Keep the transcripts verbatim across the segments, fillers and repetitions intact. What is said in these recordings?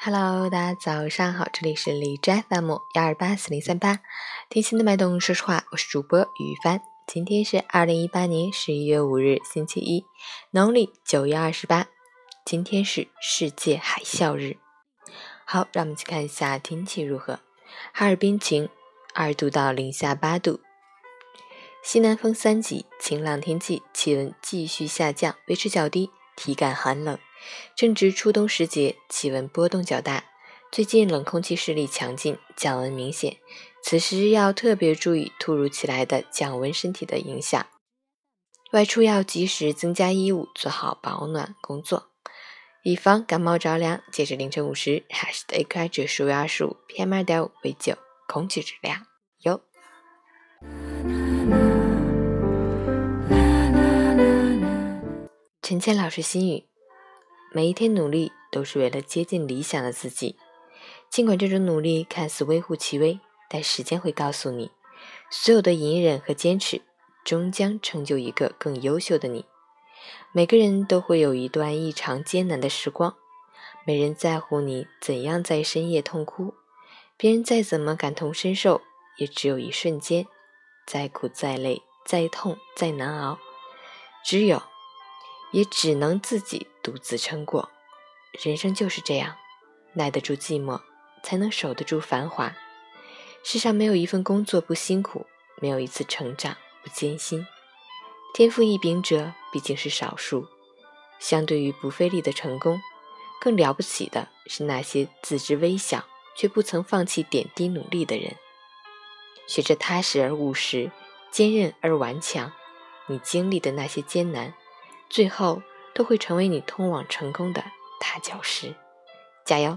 Hello， 大家早上好，这里是荔枝 F M 幺二八四零三八，听心的脉动说实话，我是主播于帆。今天是二零一八年十一月五日，星期一，农历九月二十八，今天是世界海啸日。好，让我们去看一下天气如何。哈尔滨晴，二度到零下八度，西南风三级，晴朗天气，气温继续下降，维持较低，体感寒冷。正值初冬时节，气温波动较大，最近冷空气势力强劲，降温明显，此时要特别注意突如其来的降温身体的影响。外出要及时增加衣物，做好保暖工作，以防感冒着凉。截至凌晨五时，海市的 A Q I 指数为二十五 ，P M 二点五 为九，空气质量优。陈倩老师心语：每一天努力都是为了接近理想的自己，尽管这种努力看似微乎其微，但时间会告诉你，所有的隐忍和坚持终将成就一个更优秀的你。每个人都会有一段异常艰难的时光，没人在乎你怎样在深夜痛哭，别人再怎么感同身受，也只有一瞬间，再苦再累再痛再难熬，只有也只能自己独自撑过。人生就是这样，耐得住寂寞，才能守得住繁华。世上没有一份工作不辛苦，没有一次成长不艰辛。天赋异禀者毕竟是少数，相对于不费力的成功，更了不起的是那些自知微小却不曾放弃点滴努力的人。学着踏实而务实，坚韧而顽强，你经历的那些艰难，最后都会成为你通往成功的踏脚石。加油！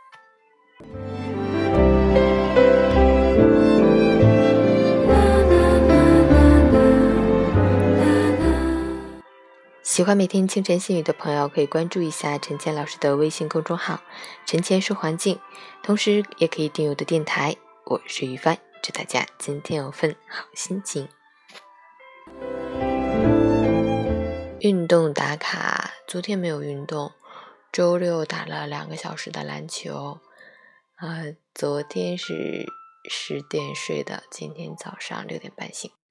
喜欢每天清晨心语的朋友，可以关注一下陈倩老师的微信公众号陈倩说环境，同时也可以订阅我的电台。我是于帆，祝大家今天有份好心情。运动打卡，昨天没有运动，周六打了两个小时的篮球，呃，昨天是十点睡的，今天早上六点半醒。